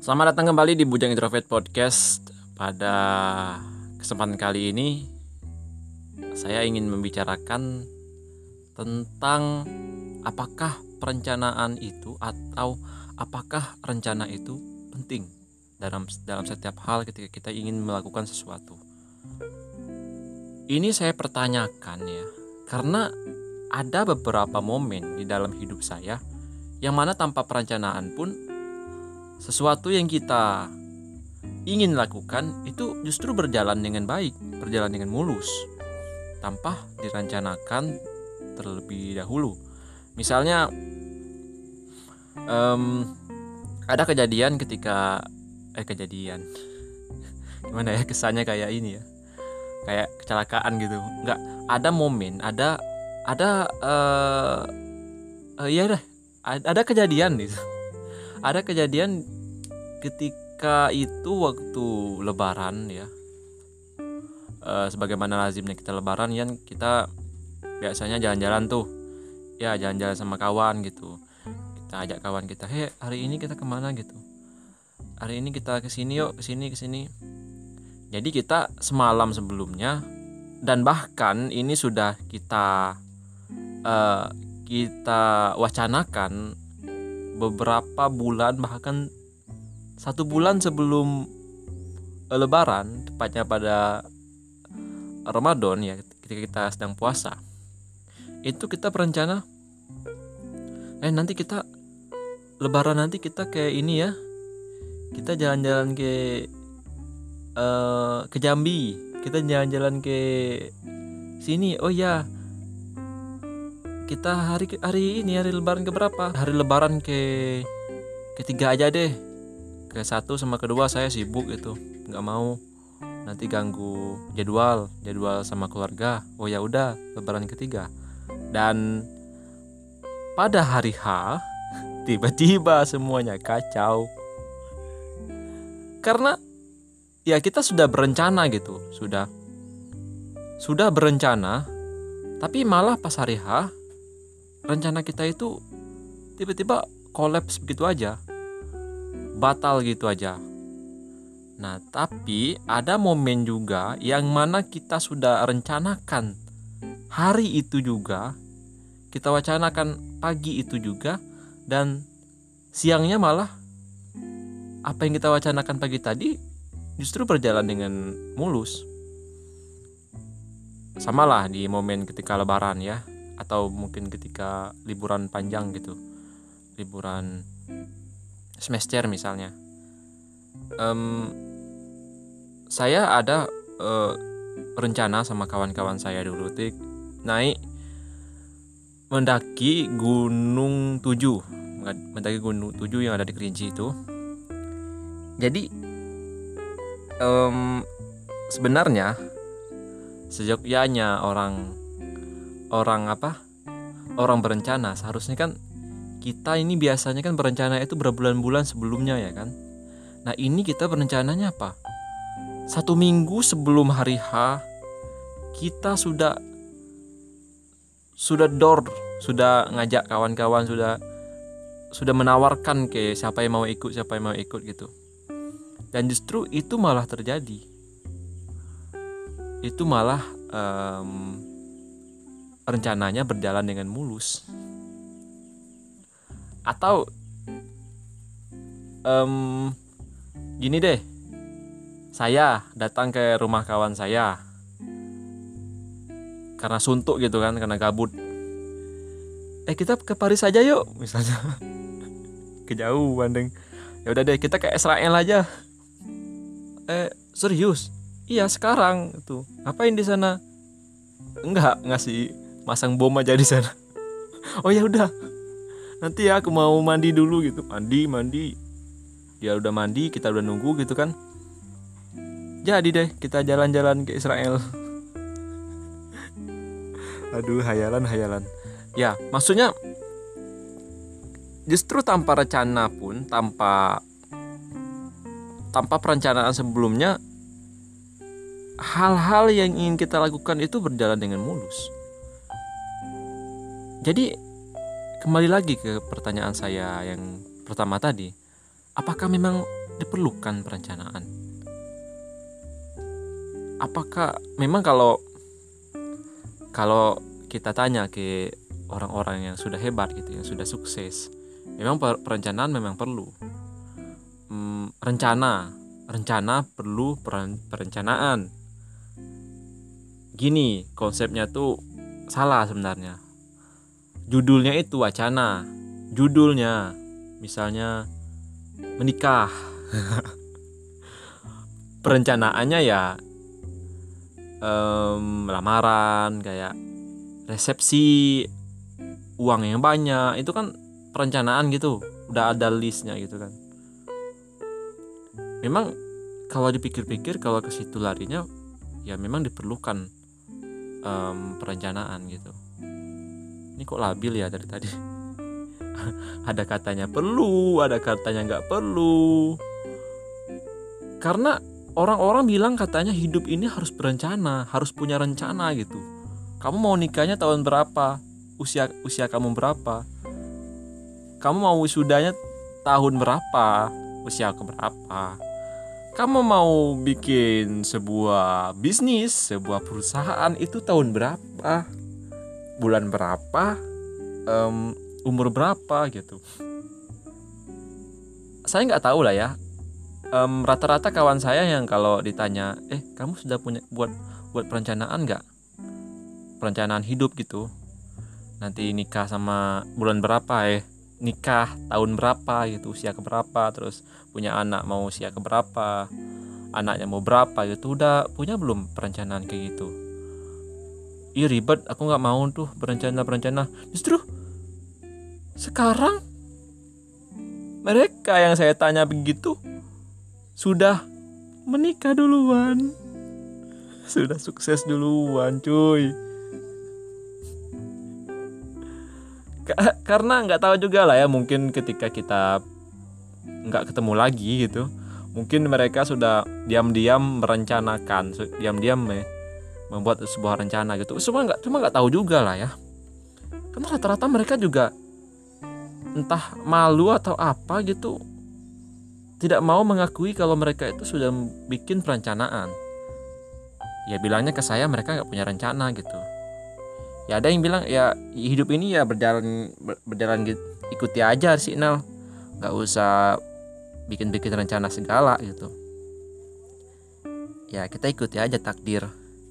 Selamat datang kembali di Bujang Introvert Podcast. Pada kesempatan kali ini saya ingin membicarakan tentang apakah perencanaan itu atau apakah rencana itu penting dalam setiap hal ketika kita ingin melakukan sesuatu. Ini saya pertanyakan ya, karena ada beberapa momen di dalam hidup saya yang mana tanpa perencanaan pun sesuatu yang kita ingin lakukan itu justru berjalan dengan baik, berjalan dengan mulus, tanpa direncanakan terlebih dahulu. Misalnya ada kejadian gimana ya, kesannya kayak ini ya, kayak kecelakaan gitu. Nggak, ada momen, ada kejadian gitu. Ada kejadian ketika itu waktu Lebaran ya. Sebagaimana lazimnya kita Lebaran ya, kita biasanya jalan-jalan tuh. Ya, jalan-jalan sama kawan gitu. Kita ajak kawan kita, hari ini kita kemana gitu. Hari ini kita kesini yuk, kesini. Jadi kita semalam sebelumnya, dan bahkan ini sudah kita wacanakan beberapa bulan, bahkan 1 bulan sebelum Lebaran, tepatnya pada Ramadan ya, ketika kita sedang puasa. Itu kita berencana nanti kita Lebaran, nanti kita kayak ini ya, kita jalan-jalan ke Jambi, kita jalan-jalan ke sini. Oh ya, kita hari Lebaran keberapa? Hari Lebaran ketiga aja deh. Ke-1 sama ke-2 saya sibuk gitu, nggak mau nanti ganggu jadwal sama keluarga. Oh ya udah, Lebaran ketiga. Dan pada hari H tiba-tiba semuanya kacau. Karena ya kita sudah berencana gitu, sudah berencana, tapi malah pas hari H rencana kita itu tiba-tiba kolaps begitu aja, batal gitu aja. Nah, tapi ada momen juga yang mana kita sudah rencanakan hari itu juga, kita wacanakan pagi itu juga, dan siangnya malah apa yang kita wacanakan pagi tadi justru berjalan dengan mulus. Samalah di momen ketika Lebaran ya, atau mungkin ketika liburan panjang gitu, liburan semester misalnya. Saya ada rencana sama kawan-kawan saya dulu naik mendaki Gunung 7 yang ada di Kerinci itu. Jadi sebenarnya seyogyanya orang berencana, seharusnya kan kita ini biasanya kan berencana itu berbulan-bulan sebelumnya ya kan. Nah, ini kita berencananya apa? 1 minggu sebelum hari H kita sudah ngajak kawan-kawan, sudah menawarkan ke siapa yang mau ikut gitu. Dan justru itu malah terjadi. Itu malah rencananya berjalan dengan mulus. Atau gini deh, saya datang ke rumah kawan saya karena suntuk gitu kan, karena gabut. Kita ke Paris aja yuk misalnya. Kejauhan deng. Ya udah deh, kita ke Israel aja. Serius? Iya, sekarang tuh. Ngapain di sana? Enggak, ngasih masang bom aja di sana. Oh ya udah, nanti ya aku mau mandi dulu gitu. Mandi. Dia udah mandi, kita udah nunggu gitu kan. Jadi deh, kita jalan-jalan ke Israel. Aduh, hayalan. Ya, maksudnya justru tanpa rencana pun, tanpa perencanaan sebelumnya, hal-hal yang ingin kita lakukan itu berjalan dengan mulus. Jadi kembali lagi ke pertanyaan saya yang pertama tadi, apakah memang diperlukan perencanaan. Apakah memang kalau kita tanya ke orang-orang yang sudah hebat gitu, yang sudah sukses, memang perencanaan memang perlu. Rencana perlu perencanaan. Gini, konsepnya tuh salah sebenarnya. Judulnya itu wacana. Judulnya misalnya menikah. Perencanaannya ya lamaran, kayak resepsi, uang yang banyak, itu kan perencanaan gitu, udah ada listnya gitu kan. Memang kalau dipikir-pikir, kalau ke situ larinya, ya memang diperlukan perencanaan gitu. Ini kok labil ya dari tadi. Ada katanya perlu, ada katanya nggak perlu. Karena orang-orang bilang katanya hidup ini harus berencana, harus punya rencana gitu. Kamu mau nikahnya tahun berapa? Usia kamu berapa? Kamu mau wisudanya tahun berapa? Usia berapa? Kamu mau bikin sebuah bisnis, sebuah perusahaan, itu tahun berapa? Bulan berapa? Umur berapa gitu? Saya nggak tahu lah ya. Rata-rata kawan saya yang kalau ditanya, kamu sudah punya buat perencanaan nggak? Perencanaan hidup gitu. Nanti nikah sama bulan berapa nikah tahun berapa gitu, usia keberapa, terus punya anak mau usia keberapa, anaknya mau berapa gitu. Udah punya belum perencanaan kayak gitu? Ih ribet, aku nggak mau tuh berencana. Justru sekarang mereka yang saya tanya begitu sudah menikah duluan, sudah sukses duluan cuy. Karena nggak tahu juga lah ya, mungkin ketika kita nggak ketemu lagi gitu, mungkin mereka sudah diam-diam merencanakan, membuat sebuah rencana gitu. Cuma nggak tahu juga lah ya, karena rata-rata mereka juga entah malu atau apa gitu, tidak mau mengakui kalau mereka itu sudah bikin perencanaan. Ya bilangnya ke saya mereka nggak punya rencana gitu. Ya ada yang bilang ya hidup ini ya berjalan gitu, ikuti aja signal, nggak usah bikin rencana segala gitu. Ya kita ikuti aja takdir.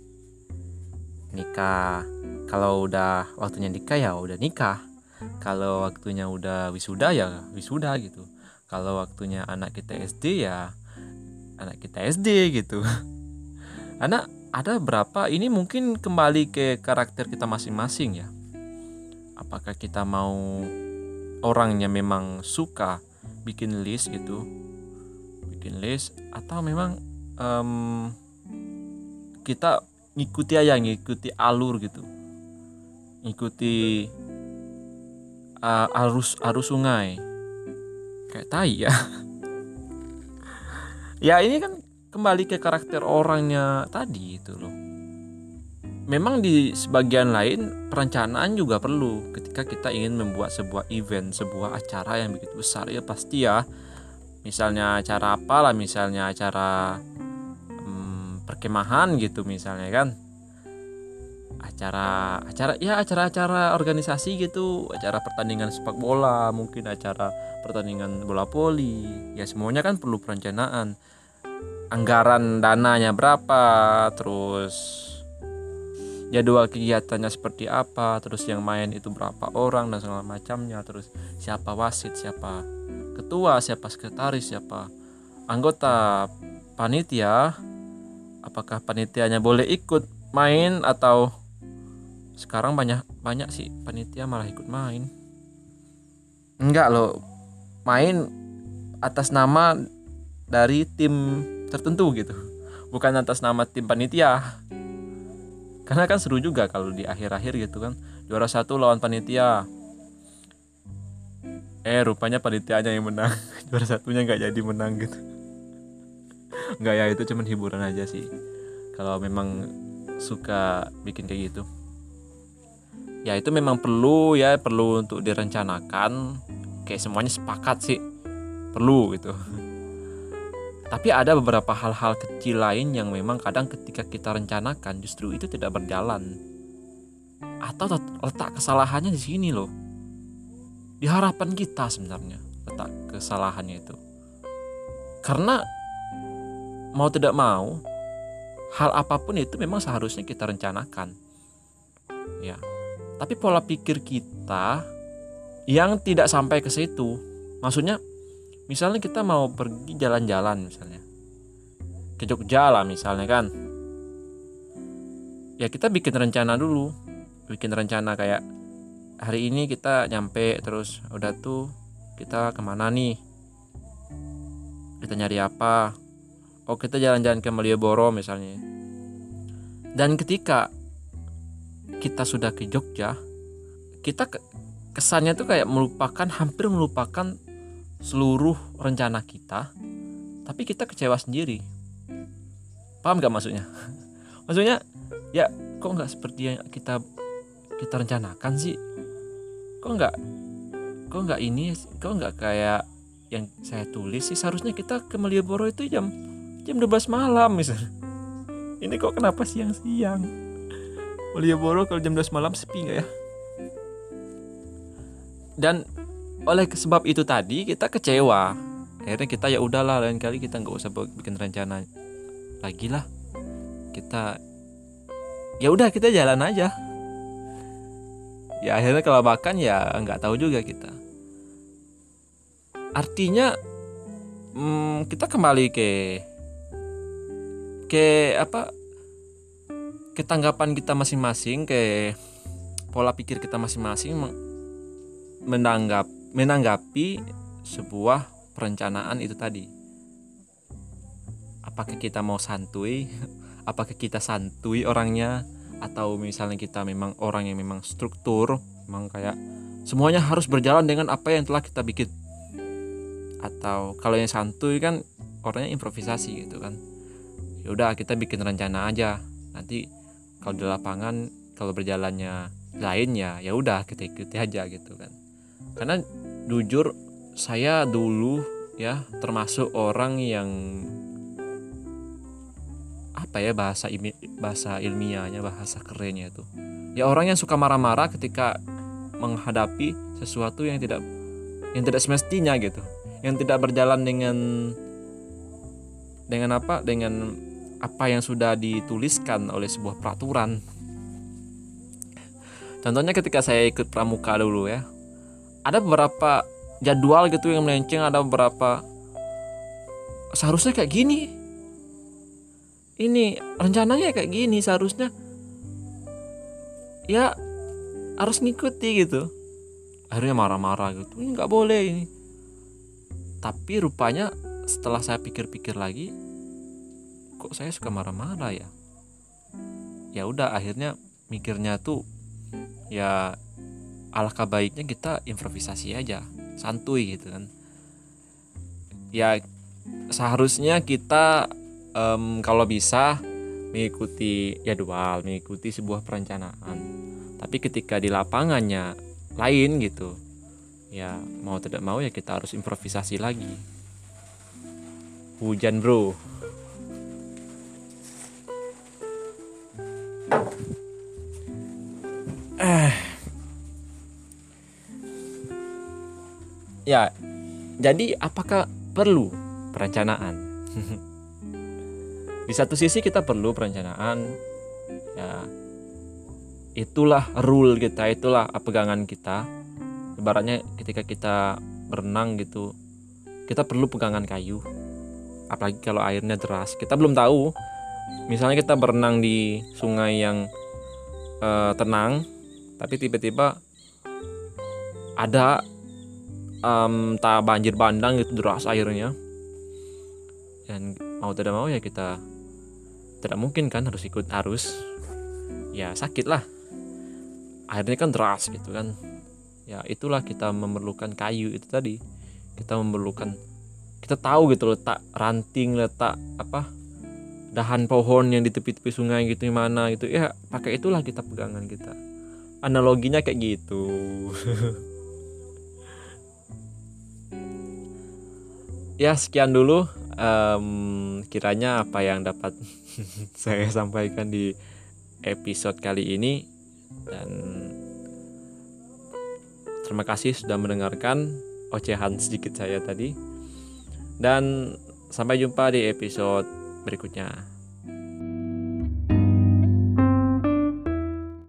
Nikah, kalau udah waktunya nikah ya udah nikah, kalau waktunya udah wisuda ya wisuda gitu, kalau waktunya anak kita SD ya anak kita SD gitu. Anak ada berapa, ini mungkin kembali ke karakter kita masing-masing ya. Apakah kita mau orangnya memang suka bikin list gitu, atau memang kita ngikuti alur gitu, ngikuti arus sungai kayak tai ya. Ya ini kan kembali ke karakter orangnya tadi itu loh. Memang di sebagian lain perencanaan juga perlu ketika kita ingin membuat sebuah event, sebuah acara yang begitu besar ya pasti ya. Misalnya acara apalah, misalnya acara perkemahan gitu misalnya kan. Acara organisasi gitu, acara pertandingan sepak bola, mungkin acara pertandingan bola voli. Ya semuanya kan perlu perencanaan. Anggaran dananya berapa, terus jadwal kegiatannya seperti apa, terus yang main itu berapa orang dan segala macamnya, terus siapa wasit, siapa ketua, siapa sekretaris, siapa anggota panitia, apakah panitianya boleh ikut main, atau sekarang banyak sih panitia malah ikut main. Enggak loh, main atas nama dari tim tertentu gitu, bukan atas nama tim panitia. Karena kan seru juga kalau di akhir-akhir gitu kan, juara 1 lawan panitia, rupanya panitianya yang menang. Juara satunya nggak jadi menang gitu. Nggak ya, itu cuman hiburan aja sih kalau memang suka bikin kayak gitu. Ya itu memang perlu untuk direncanakan, kayak semuanya sepakat sih perlu gitu. Tapi ada beberapa hal-hal kecil lain yang memang kadang ketika kita rencanakan justru itu tidak berjalan. Atau letak kesalahannya di sini loh. Di harapan kita sebenarnya letak kesalahannya itu. Karena mau tidak mau, hal apapun itu memang seharusnya kita rencanakan. Ya. Tapi pola pikir kita yang tidak sampai ke situ. Maksudnya misalnya kita mau pergi jalan-jalan misalnya ke Jogja lah misalnya kan, ya kita bikin rencana dulu, bikin rencana kayak hari ini kita nyampe, terus udah tuh kita kemana nih, kita nyari apa, oh kita jalan-jalan ke Malioboro misalnya. Dan ketika kita sudah ke Jogja, kita kesannya tuh kayak hampir melupakan seluruh rencana kita, tapi kita kecewa sendiri. Paham gak maksudnya? Maksudnya ya kok gak seperti yang kita rencanakan sih, kok gak kayak yang saya tulis sih. Seharusnya kita ke Malioboro itu jam 12 malam misalnya. Ini kok kenapa siang-siang? Malioboro kalau jam 12 malam sepi gak ya? Dan oleh sebab itu tadi kita kecewa. Akhirnya kita ya udahlah, lain kali kita nggak usah bikin rencana lagi lah. Kita ya udah kita jalan aja. Ya akhirnya kelabakan ya nggak tahu juga kita. Artinya kita kembali ke tanggapan kita masing-masing, ke pola pikir kita masing-masing menanggapi sebuah perencanaan itu tadi. Apakah kita mau santuy, apakah kita santuy orangnya, atau misalnya kita memang orang yang memang struktur, memang kayak semuanya harus berjalan dengan apa yang telah kita bikin. Atau kalau yang santuy kan orangnya improvisasi gitu kan. Ya udah kita bikin rencana aja. Nanti kalau di lapangan kalau berjalannya lain ya udah kita ikuti aja gitu kan. Karena jujur saya dulu ya termasuk orang yang bahasa ilmiahnya, bahasa kerennya itu ya orang yang suka marah-marah ketika menghadapi sesuatu yang tidak semestinya gitu, yang tidak berjalan dengan apa yang sudah dituliskan oleh sebuah peraturan. Contohnya ketika saya ikut pramuka dulu ya, ada beberapa jadwal gitu yang melenceng, ada beberapa seharusnya kayak gini, ini rencananya kayak gini, seharusnya ya harus ngikuti gitu. Akhirnya marah-marah gitu, ini nggak boleh ini. Tapi rupanya setelah saya pikir-pikir lagi, kok saya suka marah-marah ya. Ya udah akhirnya mikirnya tuh ya alangkah baiknya kita improvisasi aja, santuy gitu kan. Ya seharusnya kita kalau bisa mengikuti jadwal, mengikuti sebuah perencanaan. Tapi ketika di lapangannya lain gitu, ya mau tidak mau ya kita harus improvisasi lagi. Hujan bro. Ya, jadi apakah perlu perencanaan? Di satu sisi kita perlu perencanaan. Ya, itulah rule kita, itulah pegangan kita. Ibaratnya ketika kita berenang gitu, kita perlu pegangan kayu. Apalagi kalau airnya deras, kita belum tahu. Misalnya kita berenang di sungai yang tenang, tapi tiba-tiba ada banjir bandang gitu, deras airnya, dan mau tidak mau ya kita tidak mungkin kan harus ikut arus, ya sakit lah, airnya kan deras gitu kan. Ya itulah kita memerlukan kayu itu tadi, kita tahu gitu letak ranting, letak dahan pohon yang di tepi-tepi sungai gitu gimana gitu ya, pakai itulah kita pegangan kita. Analoginya kayak gitu. Ya sekian dulu Kiranya apa yang dapat saya sampaikan di episode kali ini, dan terima kasih sudah mendengarkan ocehan sedikit saya tadi, dan sampai jumpa di episode berikutnya.